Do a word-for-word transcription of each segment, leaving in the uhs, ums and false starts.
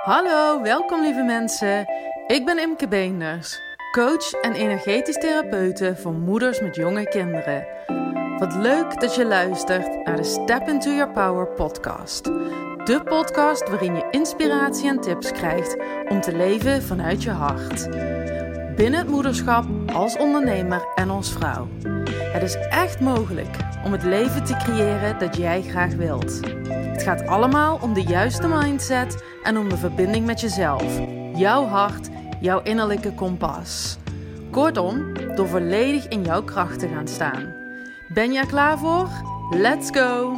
Hallo, welkom lieve mensen. Ik ben Imke Beenders, coach en energetisch therapeute voor moeders met jonge kinderen. Wat leuk dat je luistert naar de Step Into Your Power podcast. De podcast waarin je inspiratie en tips krijgt om te leven vanuit je hart. Binnen het moederschap, als ondernemer en als vrouw. Het is echt mogelijk om het leven te creëren dat jij graag wilt. Het gaat allemaal om de juiste mindset en om de verbinding met jezelf. Jouw hart, jouw innerlijke kompas. Kortom, door volledig in jouw kracht te gaan staan. Ben je er klaar voor? Let's go!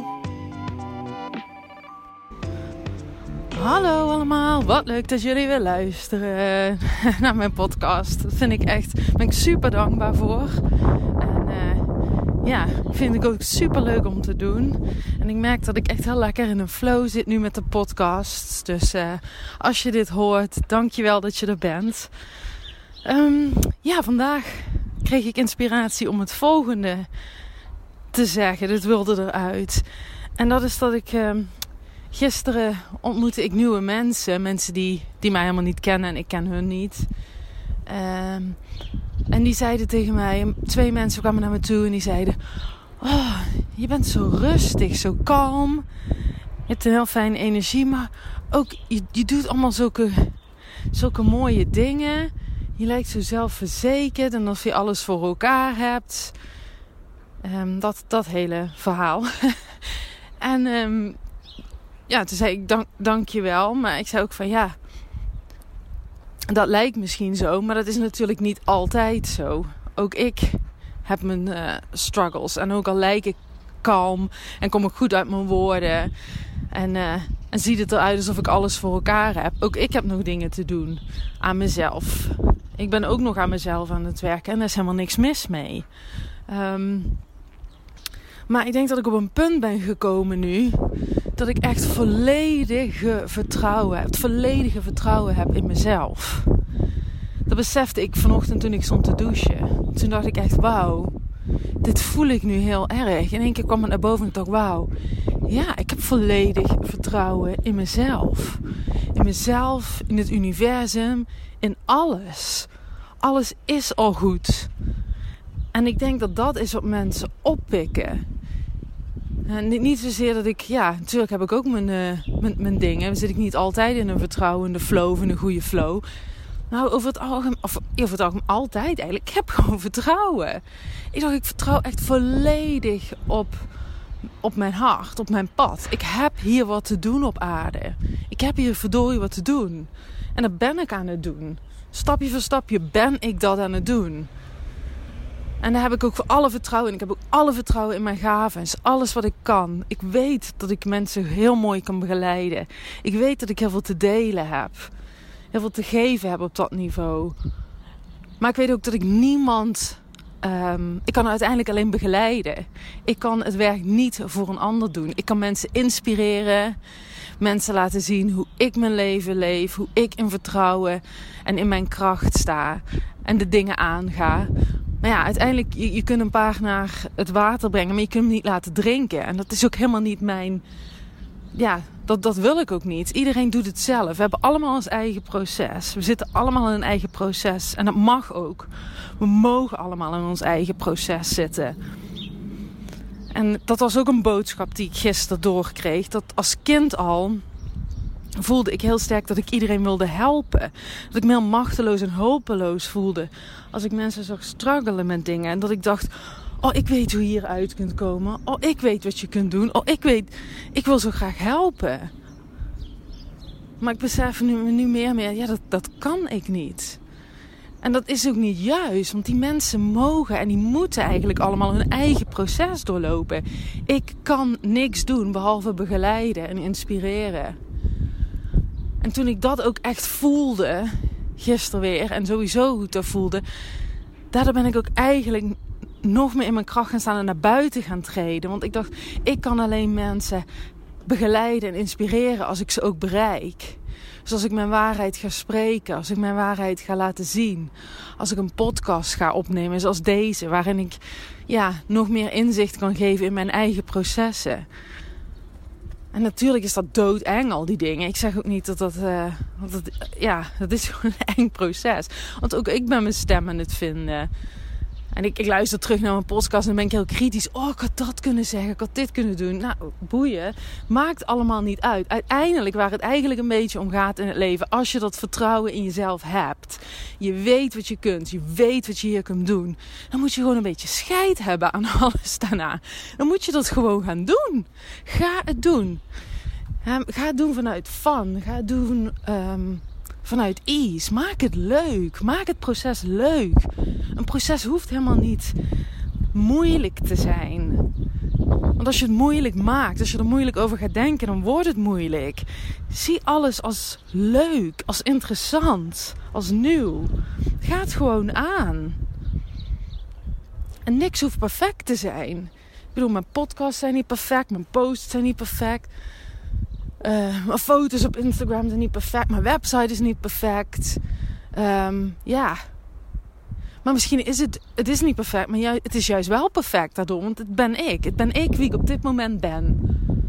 Hallo allemaal, wat leuk dat jullie weer luisteren naar mijn podcast. Dat vind ik echt, daar ben ik super dankbaar voor. En uh, ja, vind ik ook super leuk om te doen. En ik merk dat ik echt heel lekker in een flow zit nu met de podcast. Dus uh, als je dit hoort, dankjewel dat je er bent. Um, ja, vandaag kreeg ik inspiratie om het volgende te zeggen. Dit wilde eruit. En dat is dat ik... Uh, Gisteren ontmoette ik nieuwe mensen. Mensen die, die mij helemaal niet kennen en ik ken hun niet. Um, en die zeiden tegen mij... Twee mensen kwamen naar me toe en die zeiden... Oh, je bent zo rustig, zo kalm. Je hebt een heel fijne energie. Maar ook, je, je doet allemaal zulke, zulke mooie dingen. Je lijkt zo zelfverzekerd en alsof je alles voor elkaar hebt. Um, dat, dat hele verhaal. en... Um, Ja, toen zei ik dank, dank je wel. Maar ik zei ook van ja, dat lijkt misschien zo. Maar dat is natuurlijk niet altijd zo. Ook ik heb mijn uh, struggles. En ook al lijk ik kalm en kom ik goed uit mijn woorden. En, uh, en ziet het eruit alsof ik alles voor elkaar heb. Ook ik heb nog dingen te doen aan mezelf. Ik ben ook nog aan mezelf aan het werken. En daar is helemaal niks mis mee. Um, maar ik denk dat ik op een punt ben gekomen nu... dat ik echt volledige vertrouwen heb. Het volledige vertrouwen heb in mezelf. Dat besefte ik vanochtend toen ik stond te douchen. Toen dacht ik echt, wauw. Dit voel ik nu heel erg. In één keer kwam het naar boven en ik dacht, wauw. Ja, ik heb volledig vertrouwen in mezelf. In mezelf, in het universum, in alles. Alles is al goed. En ik denk dat dat is wat mensen oppikken. En niet zozeer dat ik... Ja, natuurlijk heb ik ook mijn, uh, mijn, mijn dingen. Dan zit ik niet altijd in een vertrouwende flow of in een goede flow. Nou, over het algemeen... Of over het algemeen altijd eigenlijk. Ik heb gewoon vertrouwen. Ik dacht, ik vertrouw echt volledig op, op mijn hart, op mijn pad. Ik heb hier wat te doen op aarde. Ik heb hier verdorie wat te doen. En dat ben ik aan het doen. Stapje voor stapje ben ik dat aan het doen. En daar heb ik ook voor alle vertrouwen in. Ik heb ook alle vertrouwen in mijn gaven. Het is alles wat ik kan. Ik weet dat ik mensen heel mooi kan begeleiden. Ik weet dat ik heel veel te delen heb. Heel veel te geven heb op dat niveau. Maar ik weet ook dat ik niemand... Um, ik kan uiteindelijk alleen begeleiden. Ik kan het werk niet voor een ander doen. Ik kan mensen inspireren. Mensen laten zien hoe ik mijn leven leef. Hoe ik in vertrouwen en in mijn kracht sta. En de dingen aanga. Maar ja, uiteindelijk, je, je kunt een paar naar het water brengen, maar je kunt hem niet laten drinken. En dat is ook helemaal niet mijn... Ja, dat, dat wil ik ook niet. Iedereen doet het zelf. We hebben allemaal ons eigen proces. We zitten allemaal in een eigen proces. En dat mag ook. We mogen allemaal in ons eigen proces zitten. En dat was ook een boodschap die ik gisteren doorkreeg. Dat als kind al... voelde ik heel sterk dat ik iedereen wilde helpen. Dat ik me heel machteloos en hulpeloos voelde. Als ik mensen zag struggelen met dingen. En dat ik dacht, oh, ik weet hoe je hieruit kunt komen. Oh, ik weet wat je kunt doen. Oh, ik weet, ik wil zo graag helpen. Maar ik besef nu, nu meer en meer, ja, dat, dat kan ik niet. En dat is ook niet juist. Want die mensen mogen en die moeten eigenlijk allemaal hun eigen proces doorlopen. Ik kan niks doen behalve begeleiden en inspireren. En toen ik dat ook echt voelde, gisteren weer, en sowieso hoe ik dat voelde, daardoor ben ik ook eigenlijk nog meer in mijn kracht gaan staan en naar buiten gaan treden. Want ik dacht, ik kan alleen mensen begeleiden en inspireren als ik ze ook bereik. Dus als ik mijn waarheid ga spreken, als ik mijn waarheid ga laten zien, als ik een podcast ga opnemen zoals deze, waarin ik ja, nog meer inzicht kan geven in mijn eigen processen. En natuurlijk is dat doodeng, al die dingen. Ik zeg ook niet dat dat... Uh, want dat ja, dat is gewoon een eng proces. Want ook ik ben mijn stem aan het vinden. En ik, ik luister terug naar mijn podcast en dan ben ik heel kritisch. Oh, ik had dat kunnen zeggen. Ik had dit kunnen doen. Nou, boeien. Maakt allemaal niet uit. Uiteindelijk, waar het eigenlijk een beetje om gaat in het leven. Als je dat vertrouwen in jezelf hebt. Je weet wat je kunt. Je weet wat je hier kunt doen. Dan moet je gewoon een beetje scheid hebben aan alles daarna. Dan moet je dat gewoon gaan doen. Ga het doen. Ga het doen vanuit fun. Ga het doen... Um, Vanuit ease. Maak het leuk. Maak het proces leuk. Een proces hoeft helemaal niet moeilijk te zijn. Want als je het moeilijk maakt, als je er moeilijk over gaat denken, dan wordt het moeilijk. Zie alles als leuk, als interessant, als nieuw. Ga het gewoon aan. En niks hoeft perfect te zijn. Ik bedoel, mijn podcasts zijn niet perfect, mijn posts zijn niet perfect. Uh, mijn foto's op Instagram zijn niet perfect. Mijn website is niet perfect. Um, ja. Maar misschien is het... Het is niet perfect. Maar ju- het is juist wel perfect daardoor. Want het ben ik. Het ben ik wie ik op dit moment ben.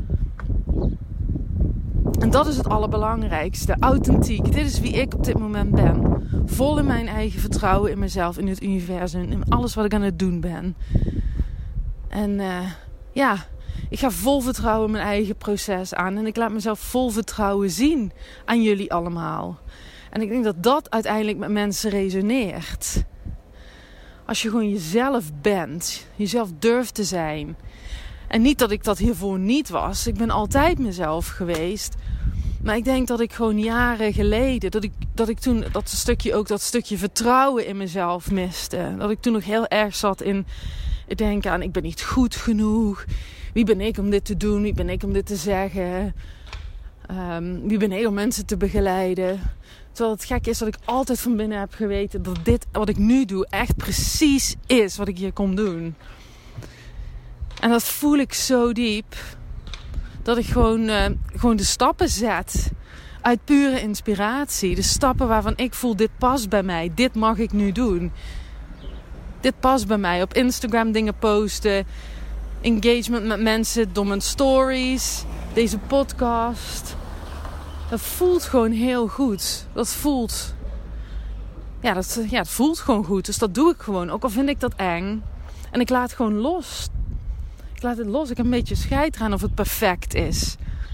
En dat is het allerbelangrijkste. Authentiek. Dit is wie ik op dit moment ben. Vol in mijn eigen vertrouwen in mezelf. In het universum. In alles wat ik aan het doen ben. En uh, ja... Ik ga vol vertrouwen mijn eigen proces aan. En ik laat mezelf vol vertrouwen zien aan jullie allemaal. En ik denk dat dat uiteindelijk met mensen resoneert. Als je gewoon jezelf bent. Jezelf durft te zijn. En niet dat ik dat hiervoor niet was. Ik ben altijd mezelf geweest. Maar ik denk dat ik gewoon jaren geleden... Dat ik, dat ik toen dat stukje ook dat stukje vertrouwen in mezelf miste. Dat ik toen nog heel erg zat in... denken aan ik ben niet goed genoeg. Wie ben ik om dit te doen? Wie ben ik om dit te zeggen? Um, wie ben ik om mensen te begeleiden? Terwijl het gek is dat ik altijd van binnen heb geweten dat dit wat ik nu doe echt precies is wat ik hier kom doen. En dat voel ik zo diep. Dat ik gewoon, uh, gewoon de stappen zet. Uit pure inspiratie. De stappen waarvan ik voel dit past bij mij. Dit mag ik nu doen. Dit past bij mij. Op Instagram dingen posten. Engagement met mensen door mijn stories. Deze podcast. Dat voelt gewoon heel goed. Dat voelt... Ja, dat, ja, het voelt gewoon goed. Dus dat doe ik gewoon. Ook al vind ik dat eng. En ik laat gewoon los. Ik laat het los. Ik heb een beetje scheid eraan of het perfect is.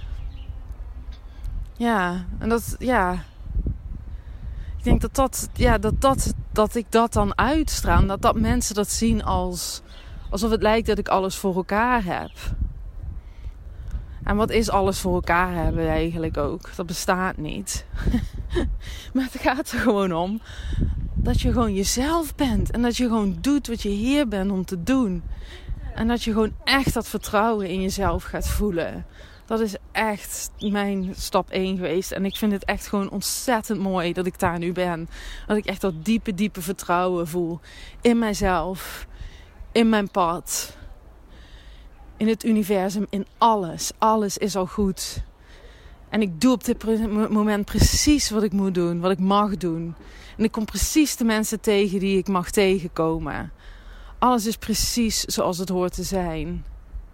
Ja. En dat... Ja... Ik denk dat dat... Ja, dat dat... Dat ik dat dan uitstraal. Dat dat mensen dat zien als... Alsof het lijkt dat ik alles voor elkaar heb. En wat is alles voor elkaar hebben eigenlijk ook? Dat bestaat niet. Maar het gaat er gewoon om dat je gewoon jezelf bent. En dat je gewoon doet wat je hier bent om te doen. En dat je gewoon echt dat vertrouwen in jezelf gaat voelen. Dat is echt mijn stap één geweest. En ik vind het echt gewoon ontzettend mooi dat ik daar nu ben. Dat ik echt dat diepe, diepe vertrouwen voel. In mijzelf. In mijn pad. In het universum. In alles. Alles is al goed. En ik doe op dit moment precies wat ik moet doen. Wat ik mag doen. En ik kom precies de mensen tegen die ik mag tegenkomen. Alles is precies zoals het hoort te zijn.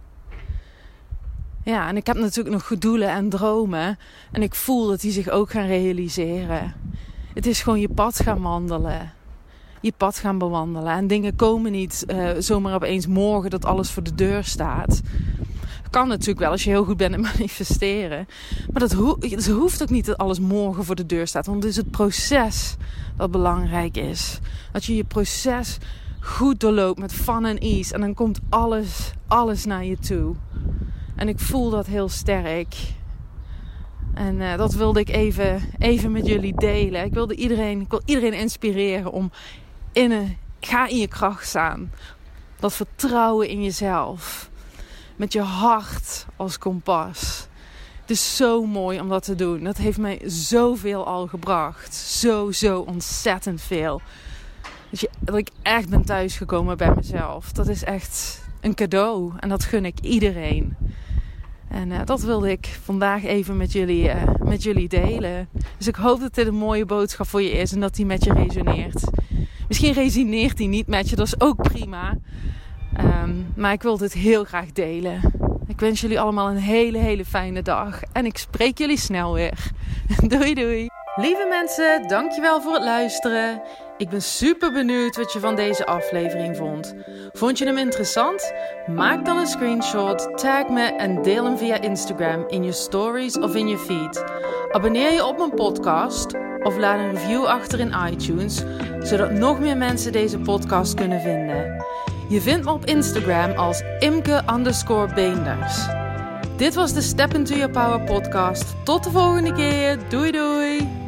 Ja, en ik heb natuurlijk nog doelen en dromen. En ik voel dat die zich ook gaan realiseren. Het is gewoon je pad gaan wandelen. Je pad gaan bewandelen. En dingen komen niet uh, zomaar opeens morgen dat alles voor de deur staat. Kan natuurlijk wel als je heel goed bent in manifesteren. Maar dat, ho- dat hoeft ook niet dat alles morgen voor de deur staat. Want het is het proces dat belangrijk is. Dat je je proces goed doorloopt met fun en ease. En dan komt alles, alles naar je toe. En ik voel dat heel sterk. En uh, dat wilde ik even, even met jullie delen. Ik wilde iedereen, ik wil iedereen inspireren om in een, ga in je kracht staan. Dat vertrouwen in jezelf. Met je hart als kompas. Het is zo mooi om dat te doen. Dat heeft mij zoveel al gebracht. Zo, zo ontzettend veel. Dat, je, dat ik echt ben thuisgekomen bij mezelf. Dat is echt een cadeau. En dat gun ik iedereen. En uh, dat wilde ik vandaag even met jullie, uh, met jullie delen. Dus ik hoop dat dit een mooie boodschap voor je is. En dat die met je resoneert. Misschien resoneert die niet met je. Dat is ook prima. Um, maar ik wil dit heel graag delen. Ik wens jullie allemaal een hele, hele fijne dag. En ik spreek jullie snel weer. Doei, doei. Lieve mensen, dankjewel voor het luisteren. Ik ben super benieuwd wat je van deze aflevering vond. Vond je hem interessant? Maak dan een screenshot, tag me en deel hem via Instagram in je stories of in je feed. Abonneer je op mijn podcast of laat een review achter in iTunes, zodat nog meer mensen deze podcast kunnen vinden. Je vindt me op Instagram als Imke underscore Beenders. Dit was de Step Into Your Power podcast. Tot de volgende keer. Doei doei!